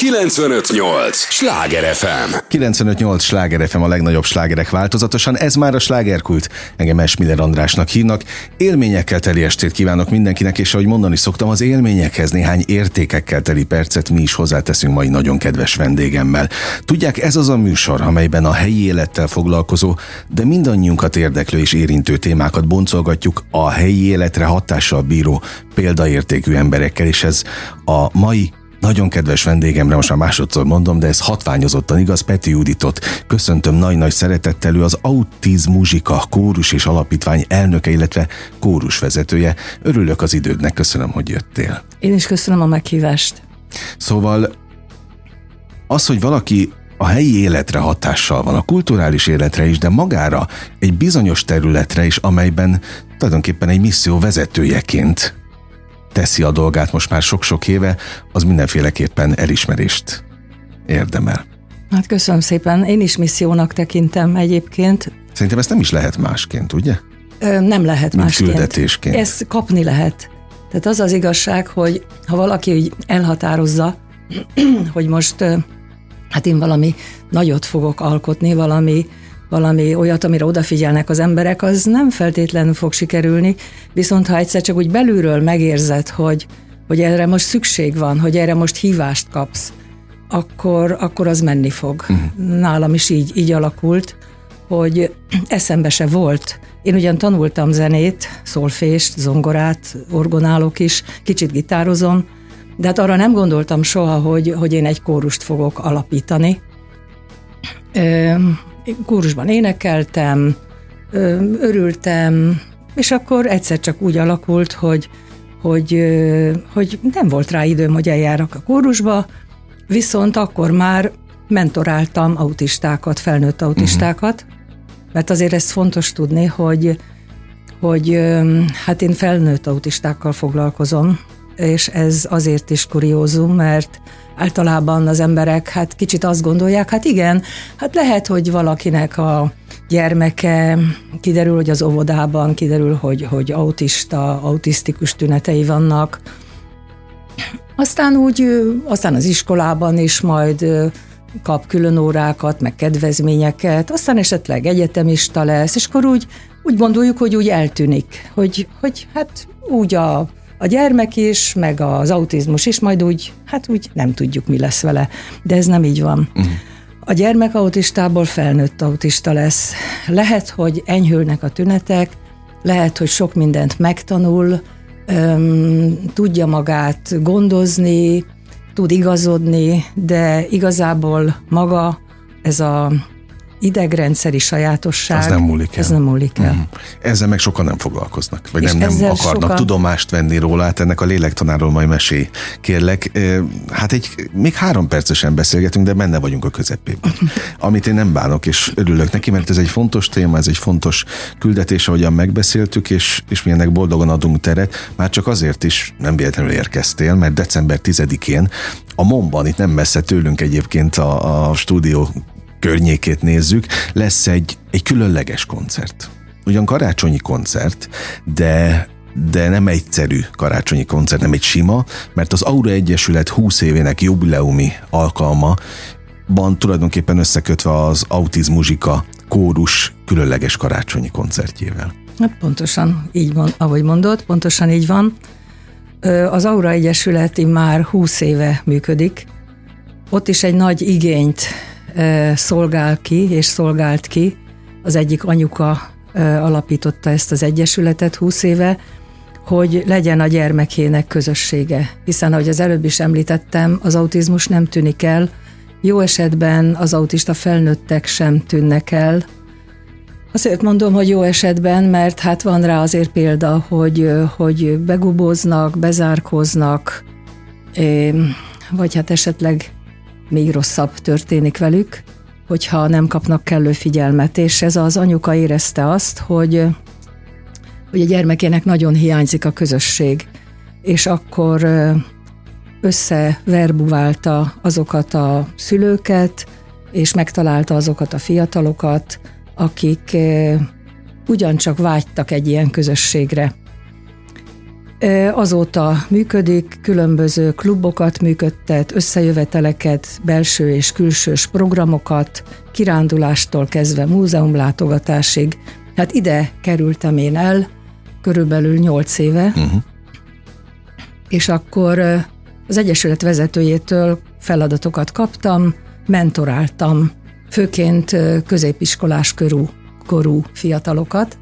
95.8 Sláger FM. 95.8 Sláger FM, a legnagyobb slágerek változatosan. Ez már a Slágerkult. Engem Esmiller Andrásnak hívnak. Élményekkel teli estét kívánok mindenkinek, és ahogy mondani szoktam, az élményekhez néhány értékekkel teli percet mi is hozzáteszünk mai nagyon kedves vendégemmel. Tudják, ez az a műsor, amelyben a helyi élettel foglalkozó, de mindannyiunkat érdeklő és érintő témákat boncolgatjuk a helyi életre hatással bíró példaértékű emberekkel, és ez a mai nagyon kedves vendégemre, most már másodszor mondom, de ez hatványozottan igaz, Peti Juditot köszöntöm nagy-nagy szeretettel, ő az Autismuzsika kórus és alapítvány elnöke, illetve kórusvezetője. Örülök az idődnek, köszönöm, hogy jöttél. Én is köszönöm a meghívást. Szóval az, hogy valaki a helyi életre hatással van, a kulturális életre is, de magára egy bizonyos területre is, amelyben tulajdonképpen egy misszió vezetőjeként teszi a dolgát most már sok-sok éve, az mindenféleképpen elismerést érdemel. Hát köszönöm szépen, én is missziónak tekintem egyébként. Szerintem ezt nem is lehet másként, ugye? Nem lehet mint másként. Küldetésként. Ezt kapni lehet. Tehát az az igazság, hogy ha valaki úgy elhatározza, hogy most hát én valami nagyot fogok alkotni, valami olyat, amire odafigyelnek az emberek, az nem feltétlenül fog sikerülni, viszont ha egyszer csak úgy belülről megérzed, hogy erre most szükség van, hogy erre most hívást kapsz, akkor az menni fog. Nálam is így alakult, hogy eszembe se volt. Én ugyan tanultam zenét, szolfést, zongorát, orgonálok is, kicsit gitározom, de hát arra nem gondoltam soha, hogy én egy kórust fogok alapítani. Kórusban énekeltem, örültem, és akkor egyszer csak úgy alakult, hogy nem volt rá időm, hogy eljárok a kórusba, viszont akkor már mentoráltam autistákat, felnőtt autistákat, mert azért ezt fontos tudni, hogy hát én felnőtt autistákkal foglalkozom, és ez azért is kuriózum, mert általában az emberek hát kicsit azt gondolják, hát igen, hát lehet, hogy valakinek a gyermeke kiderül, hogy az óvodában kiderül, hogy autisztikus tünetei vannak. Aztán az iskolában is majd kap külön órákat, meg kedvezményeket, aztán esetleg egyetemista lesz, és akkor úgy gondoljuk, hogy úgy eltűnik, hogy hát úgy a gyermek is, meg az autizmus is, majd úgy nem tudjuk, mi lesz vele. De ez nem így van. A gyermek autistából felnőtt autista lesz. Lehet, hogy enyhülnek a tünetek, lehet, hogy sok mindent megtanul, tudja magát gondozni, tud igazodni, de igazából maga ez a idegrendszeri sajátosság, ez nem múlik el. Ez nem múlik el. Ezzel meg sokan nem foglalkoznak, vagy nem akarnak tudomást venni róla, hát ennek a lélektanáról majd mesélj, kérlek. Hát még 3 percesen beszélgetünk, de benne vagyunk a közepében. Amit én nem bánok, és örülök neki, mert ez egy fontos téma, ez egy fontos küldetés, ahogyan megbeszéltük, és mi ennek boldogan adunk teret. Már csak azért is nem véletlenül érkeztél, mert december 10-én a MON-ban, itt nem messze tőlünk egyébként a stúdió környékét nézzük, lesz egy különleges koncert. Ugyan karácsonyi koncert, de nem egyszerű karácsonyi koncert, nem egy sima, mert az Aura Egyesület 20 évének jubileumi alkalmaban tulajdonképpen összekötve az Autismuzsika kórus különleges karácsonyi koncertjével. Hát pontosan így van, ahogy mondod, pontosan így van. Az Aura Egyesület már 20 éve működik. Ott is egy nagy igényt szolgál ki, és szolgált ki. Az egyik anyuka alapította ezt az egyesületet 20 éve, hogy legyen a gyermekének közössége. Hiszen, ahogy az előbb is említettem, az autizmus nem tűnik el, jó esetben az autista felnőttek sem tűnnek el. Azért mondom, hogy jó esetben, mert hát van rá azért példa, hogy begubóznak, bezárkóznak, vagy hát esetleg még rosszabb történik velük, hogyha nem kapnak kellő figyelmet. És ez az anyuka érezte azt, hogy a gyermekének nagyon hiányzik a közösség, és akkor összeverbuválta azokat a szülőket, és megtalálta azokat a fiatalokat, akik ugyancsak vágytak egy ilyen közösségre. Azóta működik, különböző klubokat működtet, összejöveteleket, belső és külsős programokat, kirándulástól kezdve múzeumlátogatásig. Hát ide kerültem én el körülbelül 8 éve, és akkor az Egyesület vezetőjétől feladatokat kaptam, mentoráltam, főként középiskolás korú fiatalokat.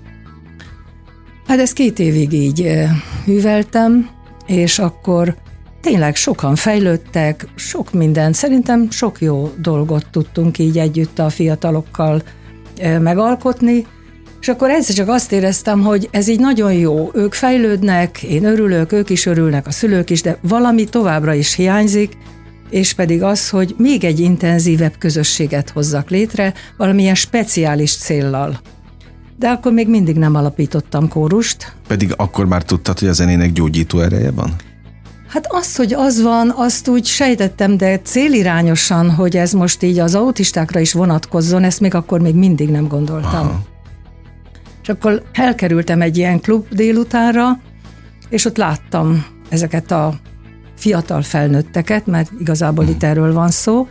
Hát ezt 2 évig így műveltem, és akkor tényleg sokan fejlődtek, sok minden, szerintem sok jó dolgot tudtunk így együtt a fiatalokkal megalkotni, és akkor egyszer csak azt éreztem, hogy ez így nagyon jó, ők fejlődnek, én örülök, ők is örülnek, a szülők is, de valami továbbra is hiányzik, és pedig az, hogy még egy intenzívebb közösséget hozzak létre, valamilyen speciális céllal. De akkor még mindig nem alapítottam kórust. Pedig akkor már tudtad, hogy a zenének gyógyító ereje van? Hát azt, hogy az van, azt úgy sejtettem, de célirányosan, hogy ez most így az autistákra is vonatkozzon, ezt még akkor még mindig nem gondoltam. Aha. És akkor elkerültem egy ilyen klub délutánra, és ott láttam ezeket a fiatal felnőtteket, mert igazából itt erről van szó,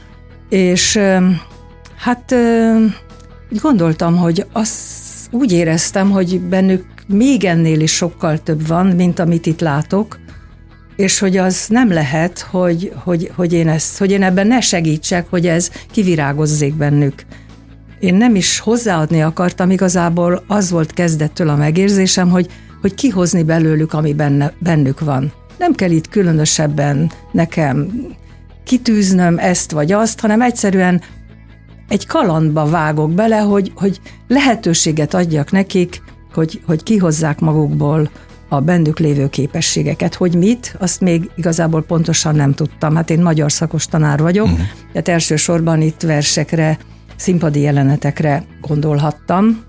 és hát úgy gondoltam, hogy úgy éreztem, hogy bennük még ennél is sokkal több van, mint amit itt látok, és hogy az nem lehet, hogy én ebben ne segítsek, hogy ez kivirágozzék bennük. Én nem is hozzáadni akartam, igazából az volt kezdettől a megérzésem, hogy kihozni belőlük, ami bennük van. Nem kell itt különösebben nekem kitűznöm ezt vagy azt, hanem egyszerűen egy kalandba vágok bele, hogy lehetőséget adjak nekik, hogy kihozzák magukból a bennük lévő képességeket. Hogy mit, azt még igazából pontosan nem tudtam. Hát én magyar szakos tanár vagyok, tehát elsősorban itt versekre, színpadi jelenetekre gondolhattam,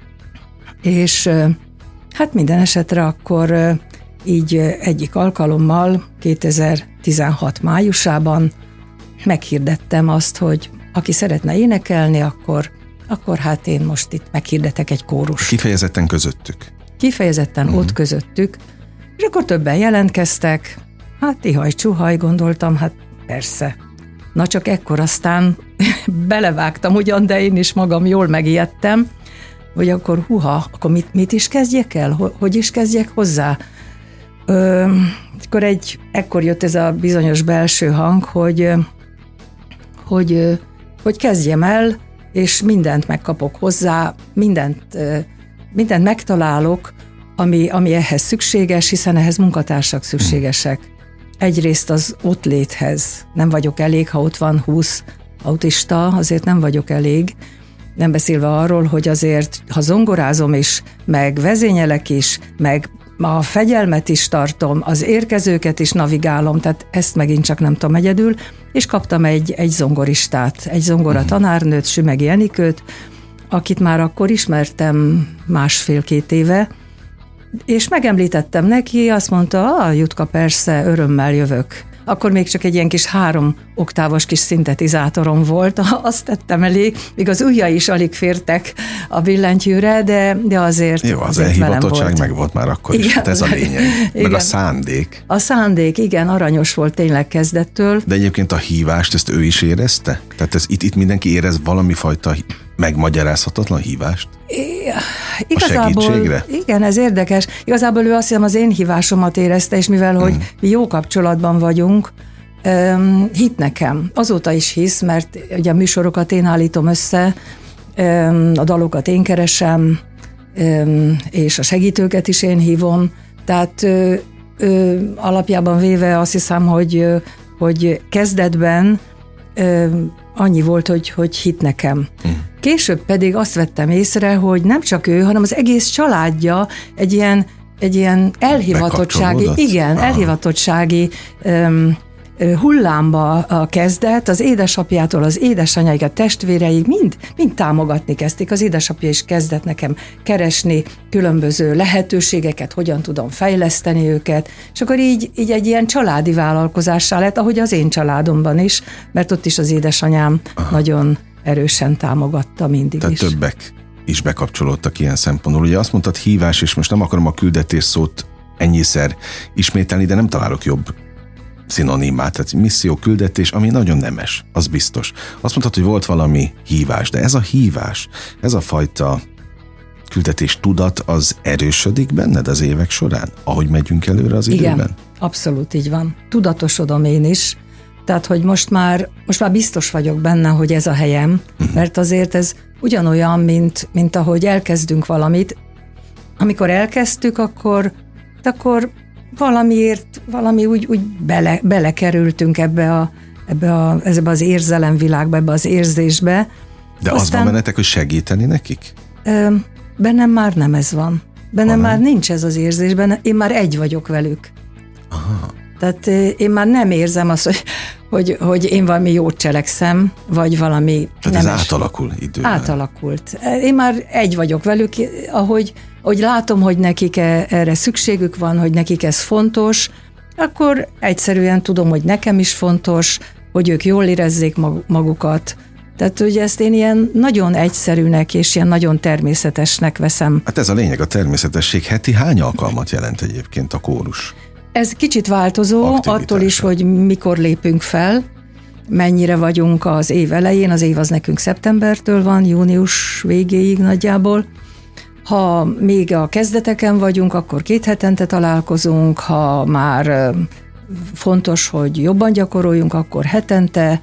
és hát minden esetre akkor így egyik alkalommal 2016 májusában meghirdettem azt, hogy aki szeretne énekelni, akkor hát én most itt meghirdetek egy kórust. Kifejezetten közöttük? Kifejezetten ott közöttük, és akkor többen jelentkeztek, hát ihaj-csuhaj, gondoltam, hát persze. Na csak ekkor aztán belevágtam ugyan, de én is magam jól megijedtem, hogy akkor akkor mit is kezdjek el? Hogy is kezdjek hozzá? Ekkor jött ez a bizonyos belső hang, hogy kezdjem el, és mindent megkapok hozzá, mindent megtalálok, ami ehhez szükséges, hiszen ehhez munkatársak szükségesek. Egyrészt az ott léthez. Nem vagyok elég, ha ott van 20 autista, azért nem vagyok elég. Nem beszélve arról, hogy azért, ha zongorázom is, meg vezényelek is, meg a fegyelmet is tartom, az érkezőket is navigálom, tehát ezt megint csak nem tudom egyedül, és kaptam egy zongoristát, egy zongora tanárnőt, Sümegi Enikőt, akit már akkor ismertem 1,5-2 éve, és megemlítettem neki, azt mondta, Jutka, persze, örömmel jövök. Akkor még csak egy ilyen kis 3 oktávos kis szintetizátorom volt, azt tettem elé, még az ujjai is alig fértek a billentyűre, de azért jó, az elhivatottság meg volt már akkor is, igen, hát ez a lényeg. Meg igen. A szándék. A szándék, igen, aranyos volt tényleg kezdettől. De egyébként a hívást, ezt ő is érezte? Tehát itt mindenki érez valami fajta megmagyarázhatatlan hívást? Igazából, a segítségre? Igen, ez érdekes. Igazából ő azt hiszem az én hívásomat érezte, és mivel, hogy mi jó kapcsolatban vagyunk, hitt nekem. Azóta is hisz, mert ugye a műsorokat én állítom össze, a dalokat én keresem, és a segítőket is én hívom. Tehát alapjában véve azt hiszem, hogy kezdetben annyi volt, hogy hitt nekem. Később pedig azt vettem észre, hogy nem csak ő, hanem az egész családja egy ilyen elhivatottsági hullámba kezdett, az édesapjától az édesanyáig, a testvéreig mind támogatni kezdték. Az édesapja is kezdett nekem keresni különböző lehetőségeket, hogyan tudom fejleszteni őket, és akkor így egy ilyen családi vállalkozássá lett, ahogy az én családomban is, mert ott is az édesanyám nagyon erősen támogatta mindig tehát is. Többek is bekapcsolódtak ilyen szempontból. Ugye azt mondtad hívás, és most nem akarom a küldetés szót ennyiszer ismételni, de nem találok jobb szinonimát, tehát misszió, küldetés, ami nagyon nemes, az biztos. Azt mondtad, hogy volt valami hívás, de ez a hívás, ez a fajta küldetés tudat, az erősödik benned az évek során, ahogy megyünk előre az időben? Igen, abszolút így van. Tudatosodom én is, tehát, hogy most már biztos vagyok benne, hogy ez a helyem, mert azért ez ugyanolyan, mint ahogy elkezdünk valamit. Amikor elkezdtük, akkor valami úgy belekerültünk ebbe az érzelemvilágba, ebbe az érzésbe. De aztán, az van bennetek, hogy segíteni nekik? Bennem már nem ez van. Bennem már nincs ez az érzés, én már egy vagyok velük. Aha. Tehát én már nem érzem azt, hogy én valami jót cselekszem, vagy valami tehát nemes. Ez átalakul időben. Átalakult. Én már egy vagyok velük, ahogy látom, hogy nekik erre szükségük van, hogy nekik ez fontos, akkor egyszerűen tudom, hogy nekem is fontos, hogy ők jól érezzék magukat. Tehát ugye ezt én ilyen nagyon egyszerűnek és ilyen nagyon természetesnek veszem. Hát ez a lényeg, a természetesség. Heti hány alkalmat jelent egyébként a kórus? Ez kicsit változó, attól is, hogy mikor lépünk fel, mennyire vagyunk az év elején, az év az nekünk szeptembertől van, június végéig nagyjából. Ha még a kezdeteken vagyunk, akkor 2 hetente találkozunk, ha már fontos, hogy jobban gyakoroljunk, akkor hetente,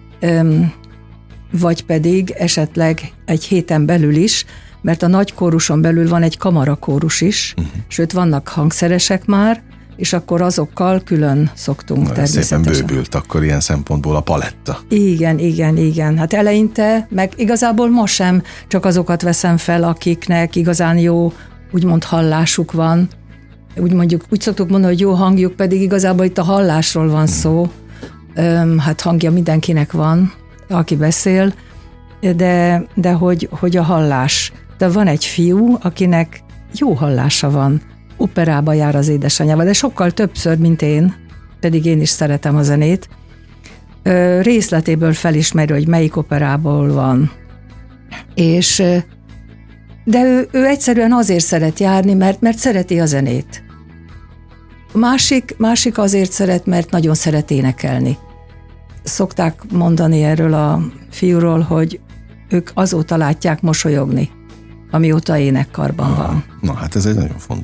vagy pedig esetleg egy héten belül is, mert a nagy kóruson belül van egy kamarakórus is, sőt vannak hangszeresek már, és akkor azokkal külön szoktunk természetesen. Szépen bővült akkor ilyen szempontból a paletta. Igen. Hát eleinte, meg igazából ma sem csak azokat veszem fel, akiknek igazán jó, úgymond hallásuk van. Úgy szoktuk mondani, hogy jó hangjuk, pedig igazából itt a hallásról van szó. Hát hangja mindenkinek van, aki beszél, de hogy a hallás. De van egy fiú, akinek jó hallása van. Operába jár az édesanyjával, de sokkal többször, mint én, pedig én is szeretem a zenét. Részletéből felismeri, hogy melyik operából van. De ő egyszerűen azért szeret járni, mert szereti a zenét. Másik azért szeret, mert nagyon szeret énekelni. Szokták mondani erről a fiúról, hogy ők azóta látják mosolyogni, amióta énekkarban van. Na hát ez egy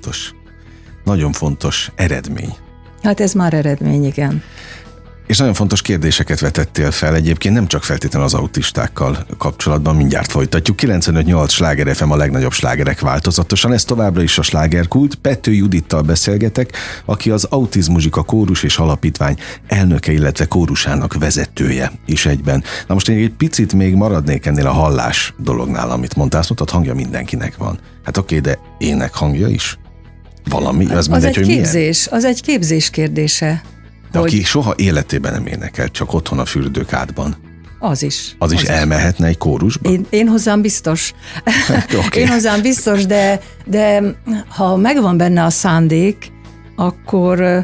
nagyon fontos eredmény. Hát ez már eredmény, igen. És nagyon fontos kérdéseket vetettél fel egyébként, nem csak feltétlenül az autistákkal kapcsolatban, mindjárt folytatjuk. 95.8 Sláger FM, a legnagyobb slágerek változatosan, ez továbbra is a slágerkult. Pető Judittal beszélgetek, aki az Autizmuzsika Kórus és Alapítvány elnöke, illetve kórusának vezetője is egyben. Na most egy picit még maradnék ennél a hallás dolognál, amit mondtál, azt mondtad, hangja mindenkinek van. Hát oké, de ének hangja is? Valami? Az mindegy, hogy képzés, milyen? Az egy képzés kérdése. De aki soha életében nem énekelt, csak otthon a fürdőkádban. Az is elmehetne egy kórusba? Én hozzám biztos. Okay. Én hozzám biztos, de ha megvan benne a szándék, akkor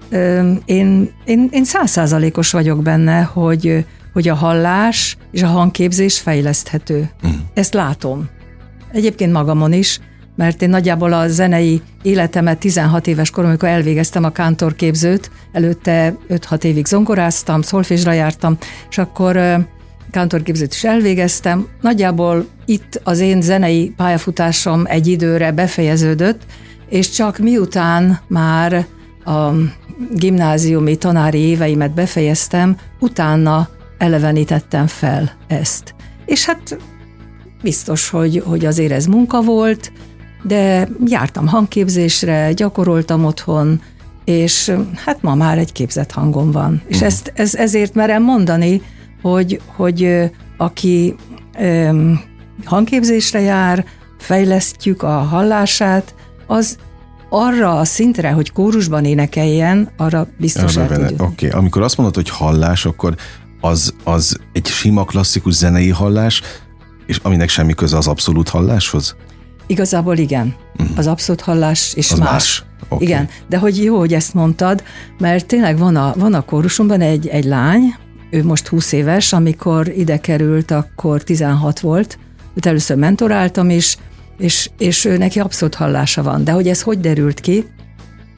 én 100%-os vagyok benne, hogy a hallás és a hangképzés fejleszthető. Ezt látom. Egyébként magamon is, mert én nagyjából a zenei életemet 16 éves korom, amikor elvégeztem a kántorképzőt, előtte 5-6 évig zongoráztam, szolfésra jártam, és akkor kántorképzőt is elvégeztem. Nagyjából itt az én zenei pályafutásom egy időre befejeződött, és csak miután már a gimnáziumi tanári éveimet befejeztem, utána elevenítettem fel ezt. És hát biztos, hogy azért ez munka volt, de jártam hangképzésre, gyakoroltam otthon, és hát ma már egy képzett hangom van. És ezért merem mondani, hogy aki hangképzésre jár, fejlesztjük a hallását, az arra a szintre, hogy kórusban énekeljen, arra biztos el tudjuk. Oké. Amikor azt mondod, hogy hallás, akkor az egy sima klasszikus zenei hallás, és aminek semmi köze az abszolút halláshoz? Igazából igen. Az abszolút hallás is az más. Okay. Igen, de hogy jó, hogy ezt mondtad, mert tényleg van a kórusomban egy lány, ő most 20 éves, amikor ide került, akkor 16 volt, őt először mentoráltam is, és ő neki abszolút hallása van. De hogy ez hogy derült ki?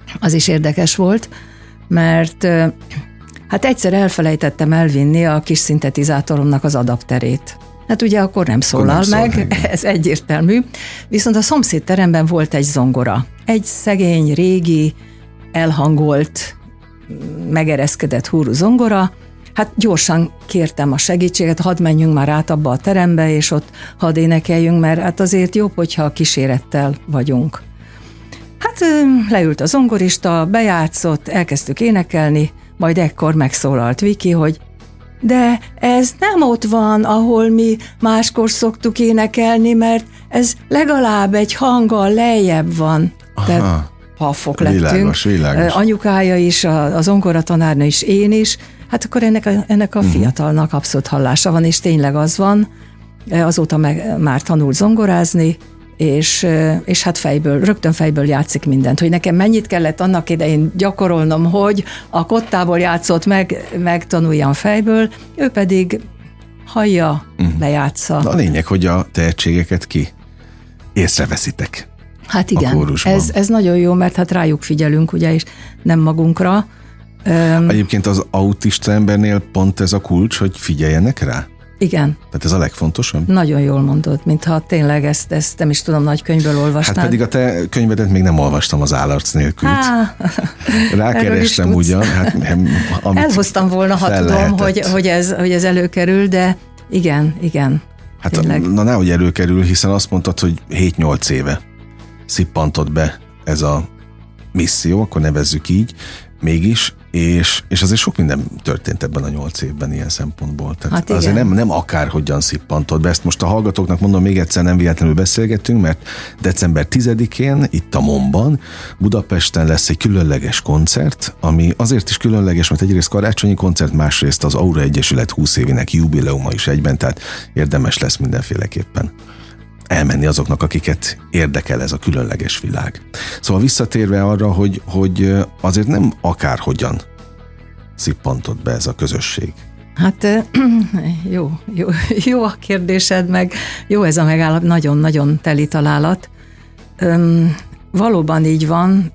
az is érdekes volt, mert hát egyszer elfelejtettem elvinni a kis szintetizátoromnak az adapterét. Hát ugye akkor nem szólal meg, ez egyértelmű. Viszont a szomszédteremben volt egy zongora. Egy szegény, régi, elhangolt, megereszkedett húrú zongora. Hát gyorsan kértem a segítséget, hadd menjünk már át abba a terembe, és ott hadd énekeljünk, mert hát azért jobb, hogyha kísérettel vagyunk. Hát leült a zongorista, bejátszott, elkezdtük énekelni, majd ekkor megszólalt Viki, hogy de ez nem ott van, ahol mi máskor szoktuk énekelni, mert ez legalább egy hanggal lejjebb van. Tehát pafok lettünk. Világos. Anyukája is, a zongoratanárnő is, én is. Hát akkor ennek a fiatalnak abszolút hallása van, és tényleg az van. Azóta már tanul zongorázni, és hát rögtön fejből játszik mindent. Hogy nekem mennyit kellett annak idején gyakorolnom, hogy a kottából játszott megtanuljam fejből, ő pedig hallja, lejátsza. A lényeg, hogy a tehetségeket észreveszitek. Hát igen, ez nagyon jó, mert hát rájuk figyelünk, ugye, és nem magunkra. Egyébként az autista embernél pont ez a kulcs, hogy figyeljenek rá? Igen. Tehát ez a legfontosabb? Nagyon jól mondod, mintha tényleg ezt nem is tudom, nagy könyvből olvasnád. Hát pedig a te könyvedet még nem olvastam, az Állarc nélkült. Rákerestem ugyan. Hát, elhoztam volna, ha tudom, hogy ez előkerül, de igen. Hát na nehogy előkerül, hiszen azt mondtad, hogy 7-8 éve szippantod be ez a misszió, akkor nevezzük így, mégis, és azért sok minden történt ebben a 8 évben ilyen szempontból. Tehát hát azért nem akárhogyan szippantod be. Ezt most a hallgatóknak mondom, még egyszer nem véletlenül beszélgettünk, mert december 10-én itt a MON-ban Budapesten lesz egy különleges koncert, ami azért is különleges, mert egyrészt karácsonyi koncert, másrészt az Aura Egyesület 20 évének jubileuma is egyben, tehát érdemes lesz mindenféleképpen elmenni azoknak, akiket érdekel ez a különleges világ. Szóval visszatérve arra, hogy azért nem akárhogyan szippantod be ez a közösség. Hát jó a kérdésed, meg jó ez a megállapítás, nagyon-nagyon teli találat. Valóban így van,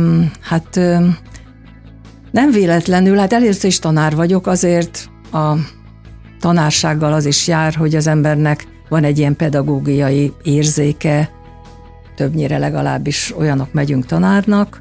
nem véletlenül, hát először is tanár vagyok, azért a tanársággal az is jár, hogy az embernek van egy ilyen pedagógiai érzéke, többnyire legalábbis olyanok megyünk tanárnak,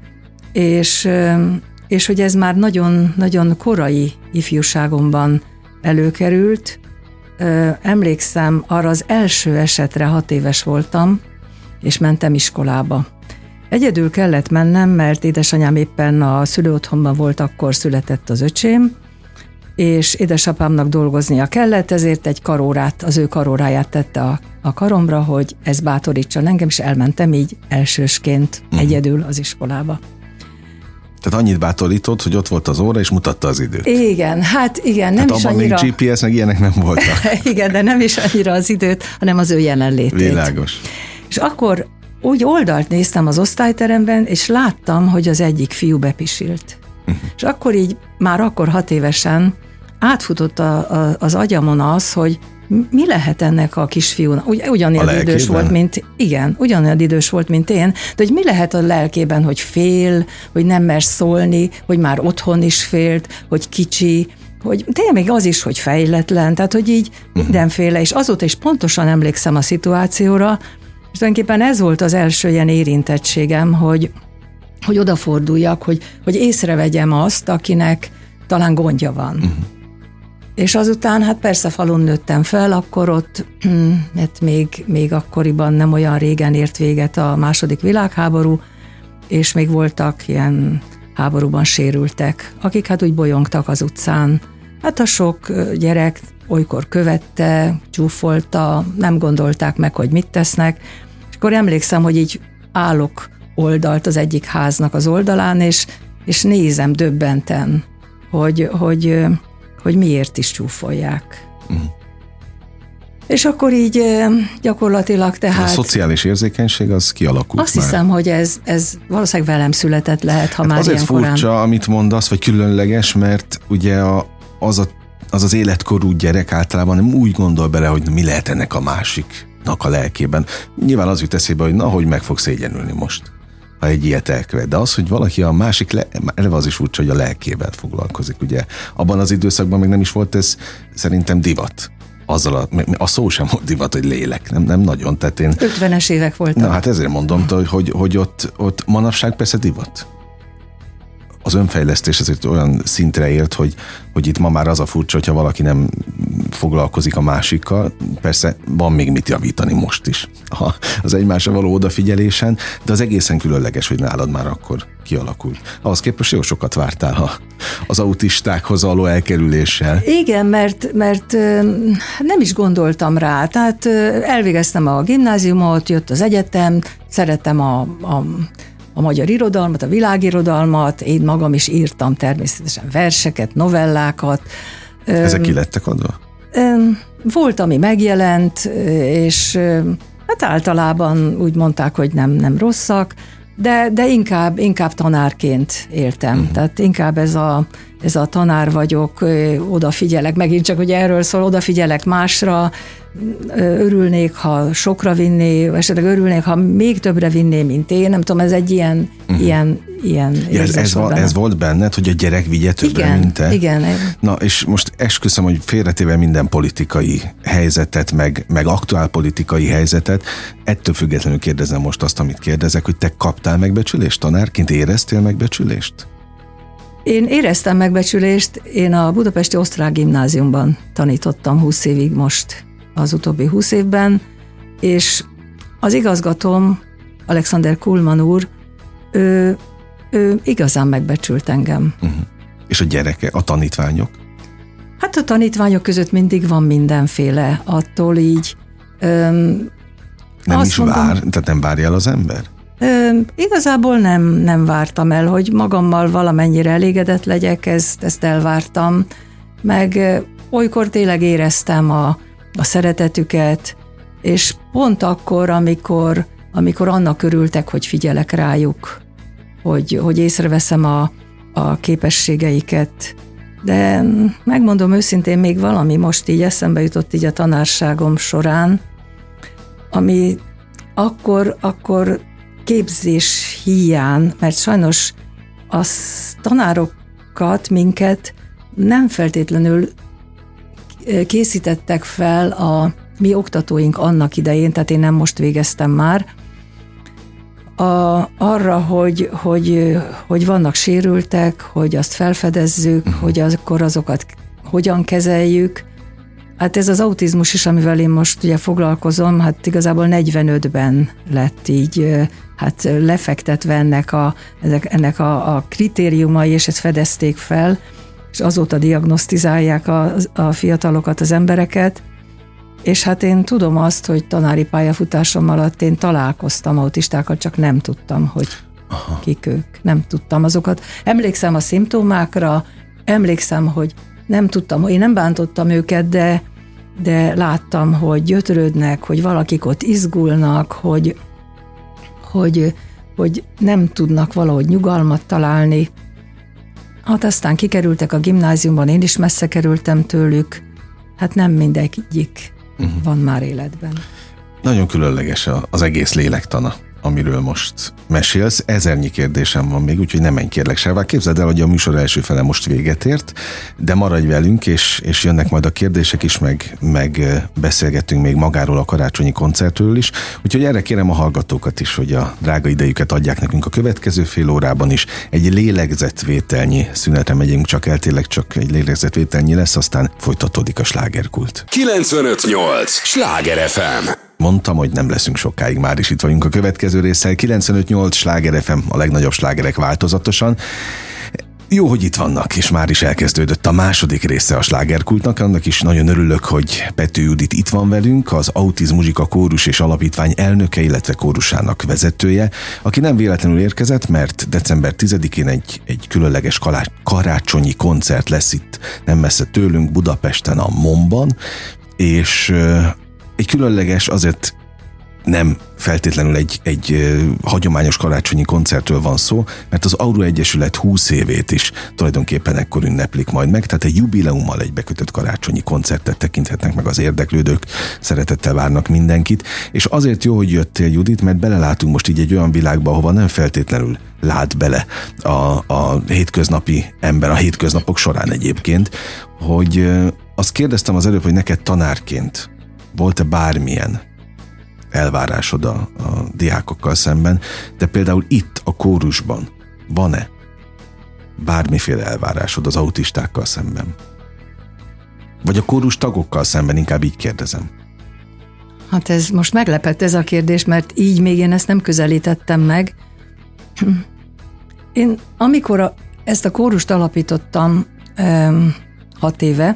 és hogy ez már nagyon korai ifjúságomban előkerült. Emlékszem, arra az első esetre 6 éves voltam, és mentem iskolába. Egyedül kellett mennem, mert édesanyám éppen a szülőotthonban volt, akkor született az öcsém, és édesapámnak dolgoznia kellett, ezért egy karórát, az ő karóráját tette a karomra, hogy ez bátorítson engem, és elmentem így elsősként egyedül az iskolába. Tehát annyit bátorított, hogy ott volt az óra, és mutatta az időt. Igen, hát igen, nem is annyira... még GPS, meg ilyenek nem voltak. Igen, de nem is annyira az időt, hanem az ő jelenlétét. Világos. És akkor úgy oldalt néztem az osztályteremben, és láttam, hogy az egyik fiú bepisilt. És akkor így, már akkor 6 évesen átfutott az agyamon az, hogy mi lehet ennek a kisfiúnak? Ugyanilyen idős volt, ugyanolyan idős volt, mint én, de hogy mi lehet a lelkében, hogy fél, hogy nem mer szólni, hogy már otthon is félt, hogy kicsi, hogy tényleg még az is, hogy fejletlen, tehát hogy így mindenféle, és azóta is pontosan emlékszem a szituációra, és tulajdonképpen ez volt az első ilyen érintettségem, hogy odaforduljak, hogy észrevegyem azt, akinek talán gondja van. És azután, hát persze falun nőttem fel, akkor ott, hát még akkoriban nem olyan régen ért véget a II. Világháború, és még voltak ilyen háborúban sérültek, akik hát úgy bolyongtak az utcán. Hát a sok gyerek olykor követte, csúfolta, nem gondolták meg, hogy mit tesznek, és akkor emlékszem, hogy így állok oldalt az egyik háznak az oldalán, és nézem döbbenten, hogy miért is csúfolják. És akkor így gyakorlatilag tehát... A szociális érzékenység az kialakult azt már. Hiszem, hogy ez valószínűleg velem született lehet, ha hát már ilyen korán. Azért furcsa, amit mondasz, vagy különleges, mert ugye az életkorú gyerek általában nem úgy gondol bele, hogy mi lehet ennek a másiknak a lelkében. Nyilván az jut eszébe, hogy hogy meg fog szégyenülni most. ha egy ilyet elkövet. De az, hogy valaki a másik, eleve az is furcsa, hogy a lelkével foglalkozik, ugye. Abban az időszakban még nem is volt ez szerintem divat. Azzal a szó sem volt divat, hogy lélek, nem nagyon. Tehát én... 50-es évek voltak. Na hát ezért mondom, hogy ott manapság persze divat. Az önfejlesztés azért olyan szintre ért, hogy itt ma már az a furcsa, hogyha valaki nem foglalkozik a másikkal, persze van még mit javítani most is az egymásra való odafigyelésen, de az egészen különleges, hogy nálad már akkor kialakult. Ahhoz képest jó sokat vártál az autistákhoz való elkerüléssel. Igen, mert nem is gondoltam rá. Tehát elvégeztem a gimnáziumot, jött az egyetem, szerettem a magyar irodalmat, a világirodalmat, én magam is írtam természetesen verseket, novellákat. Ezek ki lettek adva? Volt, ami megjelent, és hát általában úgy mondták, hogy nem rosszak, de inkább tanárként éltem. Tehát inkább ez a tanár vagyok, odafigyelek, megint csak, hogy erről szól, odafigyelek másra, örülnék, ha sokra vinné, esetleg örülnék, ha még többre vinné, mint én. Nem tudom, ez egy ilyen ez volt benned, hogy a gyerek vigye többre, mint te? Igen. Na, és most esküszöm, hogy félretéve minden politikai helyzetet, meg aktuál politikai helyzetet, ettől függetlenül kérdezem most azt, amit kérdezek, hogy te kaptál megbecsülést tanárként? Éreztél megbecsülést? Én éreztem megbecsülést, én a Budapesti Osztrák Gimnáziumban tanítottam 20 évig most az utóbbi 20 évben, és az igazgatóm, Alexander Kuhlmann úr, ő igazán megbecsült engem. És a gyerekek, a tanítványok? Hát a tanítványok között mindig van mindenféle, attól így... Nem is vár, tehát nem várja el az ember? Igazából nem vártam el, hogy magammal valamennyire elégedett legyek, ezt elvártam, meg olykor tényleg éreztem a szeretetüket, és pont akkor, amikor annak örültek, hogy figyelek rájuk, hogy észreveszem a képességeiket. De megmondom őszintén, még valami most így eszembe jutott így a tanárságom során, ami akkor képzés hiány, mert sajnos a tanárokat, minket nem feltétlenül készítettek fel a mi oktatóink annak idején, tehát én nem most végeztem már, arra, hogy vannak sérültek, hogy azt felfedezzük, hogy akkor azokat hogyan kezeljük. Hát ez az autizmus is, amivel én most ugye foglalkozom, hát igazából 45-ben lett így hát lefektetve ennek a kritériumai, és ezt fedezték fel, és azóta diagnosztizálják a fiatalokat, az embereket, és hát én tudom azt, hogy tanári pályafutásom alatt én találkoztam autistákkal, csak nem tudtam, hogy kik ők. Nem tudtam azokat. Emlékszem a szimptomákra, emlékszem, hogy nem tudtam, én nem bántottam őket, de láttam, hogy gyötrődnek, hogy valakik ott izgulnak, hogy nem tudnak valahogy nyugalmat találni. Hát aztán kikerültek a gimnáziumban, én is messze kerültem tőlük, hát nem mindegyik van már életben. Nagyon különleges az egész lélektana, amiről most mesélsz. Ezernyi kérdésem van még, úgyhogy nem menj kérlek sává. Képzeld el, hogy a műsor első fele most véget ért, de maradj velünk, és jönnek majd a kérdések is, meg beszélgetünk még magáról a karácsonyi koncertről is. Úgyhogy erre kérem a hallgatókat is, hogy a drága idejüket adják nekünk a következő fél órában is. Egy lélegzetvételnyi szünetre megyünk csak el, tényleg csak egy lélegzetvételnyi lesz, aztán folytatódik a slágerkult. 95.8 Sláger FM. Mondtam, hogy nem leszünk sokáig, már is itt vagyunk a következő résszel. 95.8 Sláger FM, a legnagyobb slágerek változatosan. Jó, hogy itt vannak, és már is elkezdődött a második része a slágerkultnak. Annak is nagyon örülök, hogy Pető Judit itt van velünk, az Autism Muzsika Kórus és Alapítvány elnöke, illetve kórusának vezetője, aki nem véletlenül érkezett, mert december 10-én egy különleges karácsonyi koncert lesz itt, nem messze tőlünk, Budapesten, a MOM-ban, és egy különleges, azért nem feltétlenül egy hagyományos karácsonyi koncertről van szó, mert az Aura Egyesület 20 évét is tulajdonképpen ekkor ünneplik majd meg, tehát egy jubileummal egybekötött karácsonyi koncertet tekinthetnek meg az érdeklődők, szeretettel várnak mindenkit, és azért jó, hogy jöttél, Judit, mert belelátunk most így egy olyan világba, ahova nem feltétlenül lát bele a hétköznapi ember, a hétköznapok során egyébként, hogy azt kérdeztem az előbb, hogy neked tanárként volt-e bármilyen elvárásod a diákokkal szemben, de például itt a kórusban van-e bármiféle elvárásod az autistákkal szemben? Vagy a kórus tagokkal szemben, inkább így kérdezem. Hát ez most meglepett ez a kérdés, mert így még én ezt nem közelítettem meg. Én amikor ezt a kórust alapítottam 6 éve,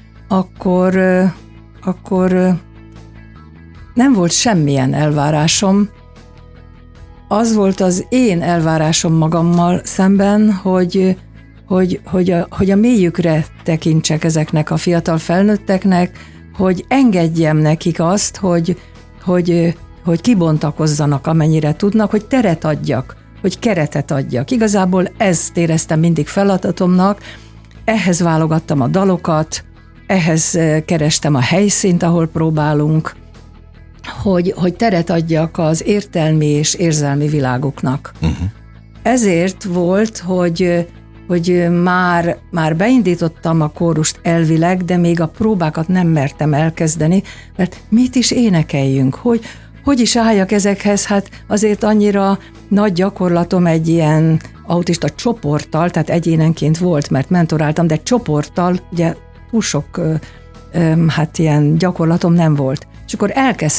akkor nem volt semmilyen elvárásom. Az volt az én elvárásom magammal szemben, hogy a mélyükre tekintsek ezeknek a fiatal felnőtteknek, hogy engedjem nekik azt, hogy kibontakozzanak, amennyire tudnak, hogy teret adjak, hogy keretet adjak. Igazából ezt éreztem mindig feladatomnak, ehhez válogattam a dalokat, ehhez kerestem a helyszínt, ahol próbálunk, hogy teret adjak az értelmi és érzelmi világuknak. Uh-huh. Ezért volt, hogy már beindítottam a kórust elvileg, de még a próbákat nem mertem elkezdeni, mert mit is énekeljünk, hogy is álljak ezekhez, hát azért annyira nagy gyakorlatom egy ilyen autista csoporttal, tehát egyénenként volt, mert mentoráltam, de csoporttal ugye túl sok hát ilyen gyakorlatom nem volt. És akkor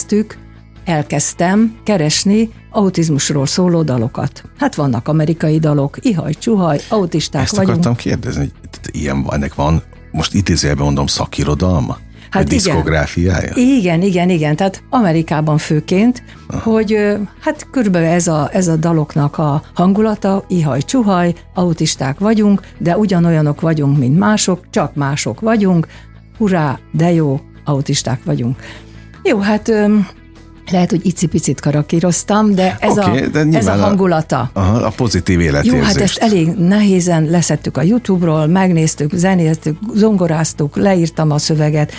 elkezdtem keresni autizmusról szóló dalokat. Hát vannak amerikai dalok, ihaj, csuhaj, autisták ezt vagyunk. Ezt akartam kérdezni, hogy ennek van, most idézőjelben mondom, szakirodalma? Hát diszkográfiája? Igen, tehát Amerikában főként, hogy hát körülbelül ez a daloknak a hangulata, ihaj, csuhaj, autisták vagyunk, de ugyanolyanok vagyunk, mint mások, csak mások vagyunk, hurrá, de jó, autisták vagyunk. Jó, hát lehet, hogy icipicit karakíroztam, de ez a hangulata. A pozitív életérzést. Jó, hát ezt elég nehézen leszettük a YouTube-ról, megnéztük, zenéztük, zongoráztuk, leírtam a szöveget,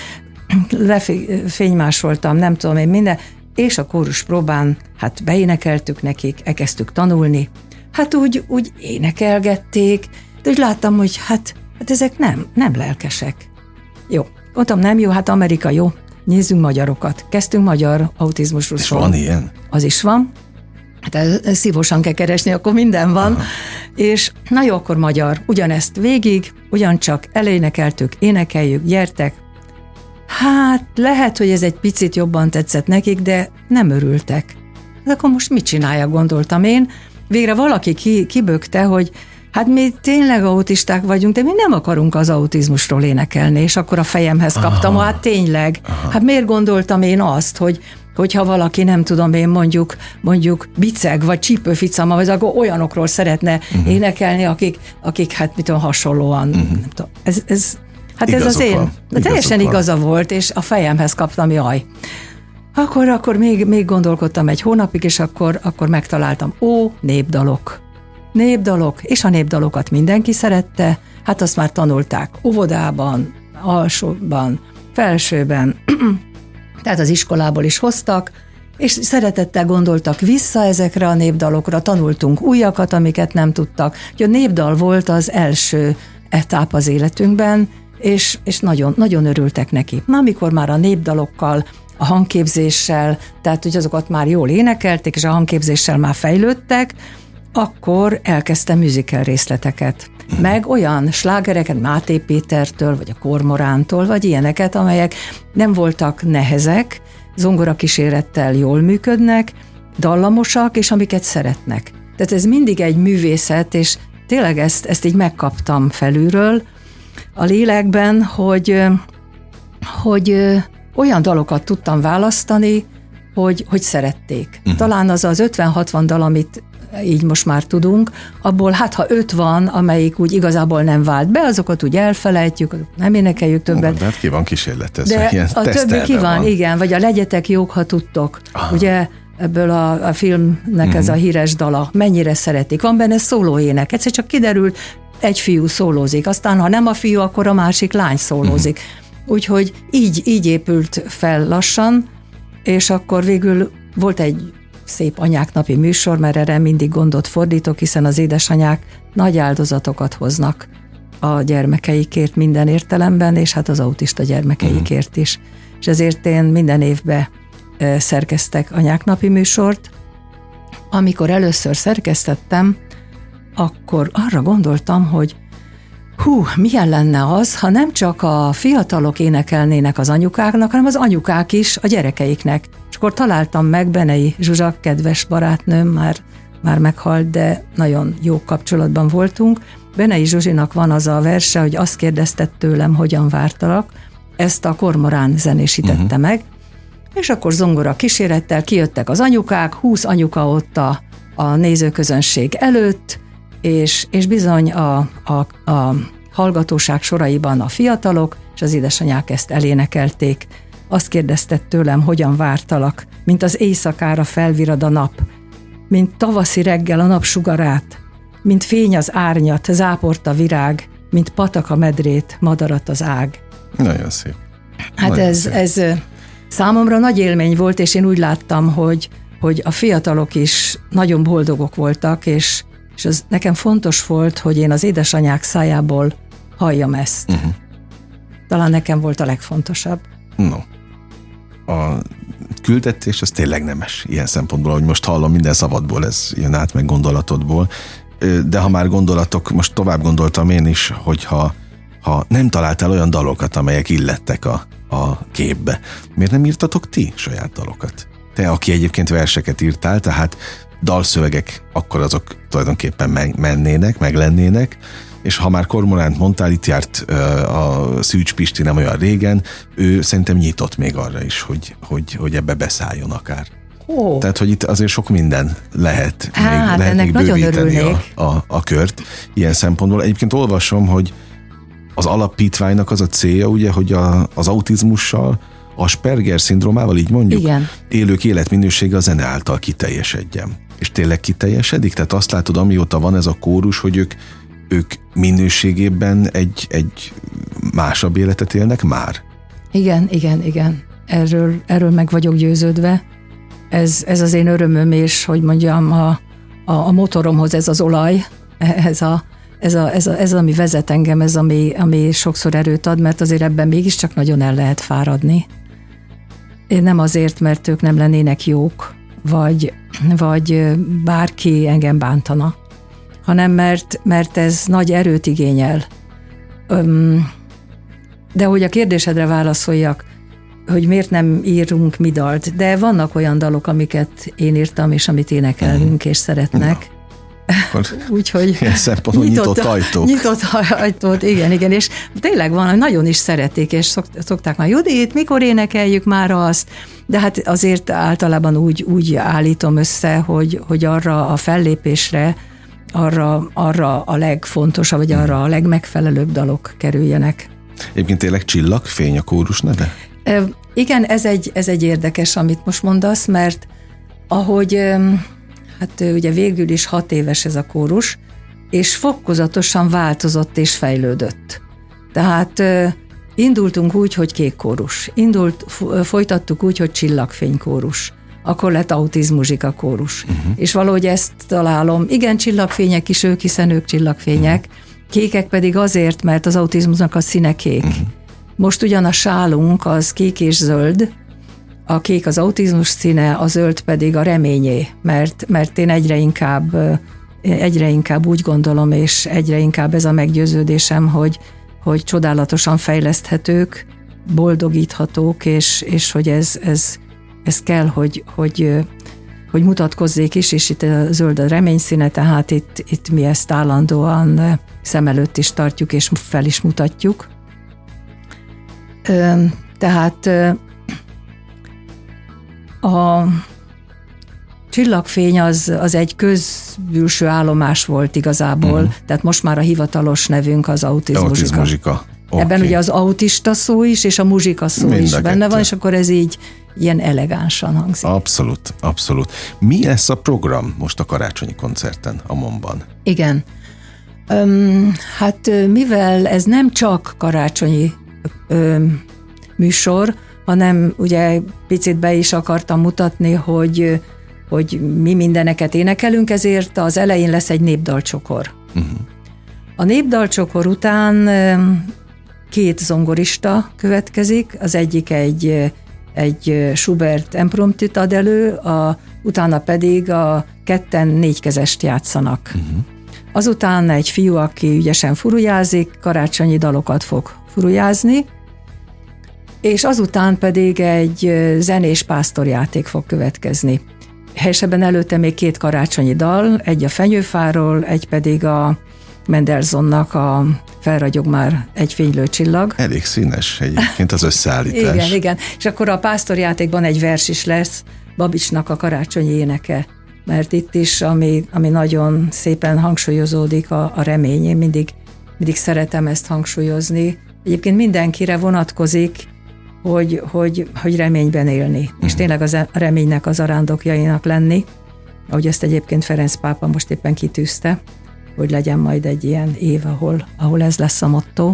fénymásoltam, nem tudom én minden, és a kórus próbán, hát beénekeltük nekik, elkezdtük tanulni. Hát úgy énekelgették, de úgy láttam, hogy hát ezek nem lelkesek. Jó, mondtam, nem jó, hát Amerika jó, nézzünk magyarokat. Kezdtünk magyar autizmusról szólni. És van ilyen? Az is van. Hát ezt szívosan kell keresni, akkor minden van. Aha. És na jó, akkor magyar. Ugyanezt végig, ugyancsak elénekeltük, énekeljük, gyertek. Hát lehet, hogy ez egy picit jobban tetszett nekik, de nem örültek. De akkor most mit csináljak, gondoltam én. Végre valaki kibökte, hogy hát mi tényleg autisták vagyunk, de mi nem akarunk az autizmusról énekelni, és akkor a fejemhez kaptam, hát tényleg. Hát miért gondoltam én azt, hogyha valaki, nem tudom én, mondjuk biceg, vagy csípőficama, vagy akkor olyanokról szeretne énekelni, akik hát mit tudom, hasonlóan, nem tudom. Ez az én, de teljesen igaza volt, és a fejemhez kaptam, jaj. Akkor még gondolkodtam egy hónapig, és akkor megtaláltam, népdalok, és a népdalokat mindenki szerette, hát azt már tanulták óvodában, alsóban, felsőben, tehát az iskolából is hoztak, és szeretettel gondoltak vissza ezekre a népdalokra, tanultunk újakat, amiket nem tudtak. Úgyhogy a népdal volt az első etáp az életünkben, és nagyon, nagyon örültek neki. Amikor már a népdalokkal, a hangképzéssel, tehát hogy azokat már jól énekelték, és a hangképzéssel már fejlődtek, akkor elkezdtem musical részleteket. Meg olyan slágereket Máté Pétertől, vagy a Kormorántól, vagy ilyeneket, amelyek nem voltak nehezek, zongorakísérettel jól működnek, dallamosak, és amiket szeretnek. Tehát ez mindig egy művészet, és tényleg ezt így megkaptam felülről a lélekben, hogy olyan dalokat tudtam választani, hogy szerették. Talán az 50-60 dal, amit így most már tudunk, abból hát ha 5 van, amelyik úgy igazából nem vált be, azokat úgy elfelejtjük, nem énekeljük többet. De hát ki van kísérletezve, de ilyen a többi ki van, igen, vagy a legyetek jók, ha tudtok. Ugye ebből a filmnek ez a híres dala, mennyire szeretik. Van benne szólóének, egyszer csak kiderült, egy fiú szólózik, aztán ha nem a fiú, akkor a másik lány szólózik. Úgyhogy így épült fel lassan, és akkor végül volt egy szép anyák napi műsor, mert erre mindig gondot fordítok, hiszen az édesanyák nagy áldozatokat hoznak a gyermekeikért minden értelemben, és hát az autista gyermekeikért is. És ezért én minden évben szerkeztek anyák napi műsort. Amikor először szerkesztettem, akkor arra gondoltam, hogy milyen lenne az, ha nem csak a fiatalok énekelnének az anyukáknak, hanem az anyukák is a gyerekeiknek. És akkor találtam meg Benei Zsuzsa, kedves barátnőm, már meghalt, de nagyon jó kapcsolatban voltunk. Benei Zsuzsinak van az a verse, hogy azt kérdeztett tőlem, hogyan vártalak, ezt a Kormorán zenésítette meg, és akkor zongora kísérettel kijöttek az anyukák, 20 anyuka ott a nézőközönség előtt, és bizony a hallgatóság soraiban a fiatalok, és az édesanyák ezt elénekelték. Azt kérdeztett tőlem, hogyan vártalak, mint az éjszakára felvirad a nap, mint tavaszi reggel a napsugarát, mint fény az árnyat, záport a virág, mint patak a medrét, madarat az ág. Nagyon szép. Hát nagyon ez számomra nagy élmény volt, és én úgy láttam, hogy a fiatalok is nagyon boldogok voltak, és az nekem fontos volt, hogy én az édesanyák szájából halljam ezt. Talán nekem volt a legfontosabb. No. A küldetés az tényleg nemes ilyen szempontból, ahogy most hallom, minden szavadból ez jön át, meg gondolatodból. De ha már gondolatok, most tovább gondoltam én is, hogyha nem találtál olyan dalokat, amelyek illettek a képbe, miért nem írtatok ti saját dalokat? Te, aki egyébként verseket írtál, tehát dalszövegek, akkor azok tulajdonképpen meglennének, és ha már Kormoránt mondtál, itt járt a Szűcs Pisti nem olyan régen, ő szerintem nyitott még arra is, hogy ebbe beszálljon akár. Tehát, hogy itt azért sok minden lehet még bővíteni a kört ilyen szempontból. Egyébként olvasom, hogy az alapítványnak az a célja, ugye, hogy az autizmussal, Asperger-szindrómával, így mondjuk, igen, élők életminősége a zene által kiteljesedjen. És tényleg kiteljesedik? Tehát azt látod, amióta van ez a kórus, hogy ők minőségében egy másabb életet élnek már? Igen. Erről meg vagyok győződve. Ez az én örömöm, és hogy mondjam, a motoromhoz ez az olaj, ez ami vezet engem, ez ami sokszor erőt ad, mert azért ebben mégiscsak nagyon el lehet fáradni. Én nem azért, mert ők nem lennének jók, vagy bárki engem bántana, hanem mert ez nagy erőt igényel. De hogy a kérdésedre válaszoljak, hogy miért nem írunk mi dalt, de vannak olyan dalok, amiket én írtam, és amit énekelünk, és szeretnek. Úgyhogy nyitott ajtók. Nyitott ajtót, igen, és tényleg van, nagyon is szeretik, és szokták már, Judit, mikor énekeljük már azt, de hát azért általában úgy állítom össze, hogy arra a fellépésre, arra a legfontosabb, vagy arra a legmegfelelőbb dalok kerüljenek. Egyébként tényleg Csillagfény a kórus neve? Igen, ez egy érdekes, amit most mondasz, mert ahogy hát ugye végül is 6 éves ez a kórus, és fokozatosan változott és fejlődött. Tehát indultunk úgy, hogy kék kórus. Folytattuk úgy, hogy Csillagfény kórus. Akkor lett Autizmuzsika kórus. És valahogy ezt találom. Igen, csillagfények is ők, hiszen ők csillagfények. Kékek pedig azért, mert az autizmusnak a színe kék. Most ugyan a sálunk az kék és zöld, a kék az autizmus színe, a zöld pedig a reményé, mert én egyre inkább úgy gondolom, és egyre inkább ez a meggyőződésem, hogy csodálatosan fejleszthetők, boldogíthatók, és hogy ez kell, hogy mutatkozzék is, és itt a zöld a remény színe, tehát itt mi ezt állandóan szem előtt is tartjuk, és fel is mutatjuk. Tehát Csillagfény az egy közbülső állomás volt igazából, tehát most már a hivatalos nevünk az autizmuzsika. Okay. Ebben ugye az autista szó is, és a muzsika szó mind is benne van, és akkor ez így ilyen elegánsan hangzik. Abszolút, abszolút. Mi lesz a program most a karácsonyi koncerten a MON-ban? Igen. Hát mivel ez nem csak karácsonyi műsor, hanem ugye picit be is akartam mutatni, hogy mi mindeneket énekelünk, ezért az elején lesz egy népdalcsokor. A népdalcsokor után 2 zongorista következik, az egyik egy Schubert impromptut ad elő, utána pedig a 2 4-kezest játszanak. Azután egy fiú, aki ügyesen furujázik, karácsonyi dalokat fog furujázni, és azután pedig egy zenés pásztorjáték fog következni. Helyesebben előtte még 2 karácsonyi dal, egy a Fenyőfáról, egy pedig a Mendelssohnnak a Felragyog már egy fénylő csillag. Elég színes egyébként az összeállítás. Igen. És akkor a pásztorjátékban egy vers is lesz, Babicsnak a karácsonyi éneke. Mert itt is, ami nagyon szépen hangsúlyozódik, a remény. Én mindig szeretem ezt hangsúlyozni. Egyébként mindenkire vonatkozik, hogy reményben élni. És tényleg a reménynek az arándokjainak lenni, ahogy ezt egyébként Ferenc pápa most éppen kitűzte, hogy legyen majd egy ilyen év, ahol ez lesz a motto.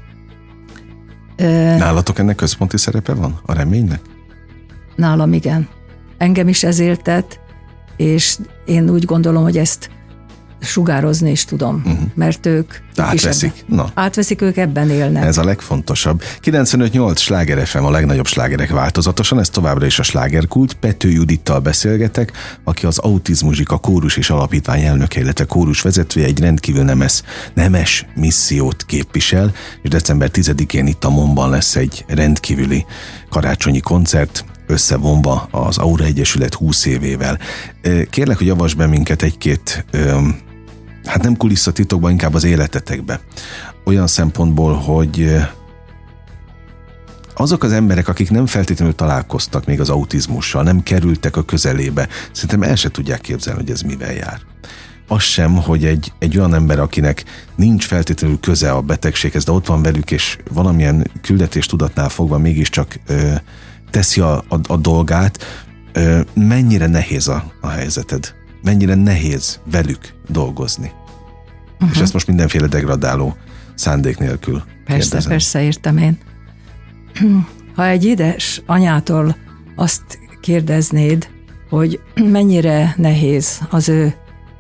Nálatok ennek központi szerepe van? A reménynek? Nálam igen. Engem is ez éltet, és én úgy gondolom, hogy ezt sugározni is tudom, mert ők átveszik. Átveszik, ők ebben élnek. Ez a legfontosabb. 95.8 Sláger FM, a legnagyobb slágerek változatosan, ez továbbra is a Slágerkult. Pető Judittal beszélgetek, aki az Autizmuzsika Kórus és Alapítvány elnöke, illetve kórus vezetője, egy rendkívül nemes missziót képvisel, és december 10-én itt a MON-ban lesz egy rendkívüli karácsonyi koncert, összevonva az Aura Egyesület 20 évével. Kérlek, hogy avasd be minket egy-két, hát nem kulisszatitokban, inkább az életetekbe. Olyan szempontból, hogy azok az emberek, akik nem feltétlenül találkoztak még az autizmussal, nem kerültek a közelébe, szerintem el se tudják képzelni, hogy ez mivel jár. Az sem, hogy egy olyan ember, akinek nincs feltétlenül köze a betegséghez, de ott van velük, és valamilyen küldetéstudatnál fogva mégiscsak teszi a dolgát, mennyire nehéz a helyzeted, mennyire nehéz velük dolgozni. És ezt most mindenféle degradáló szándék nélkül kérdezem. Persze, értem én. Ha egy édes anyától azt kérdeznéd, hogy mennyire nehéz az ő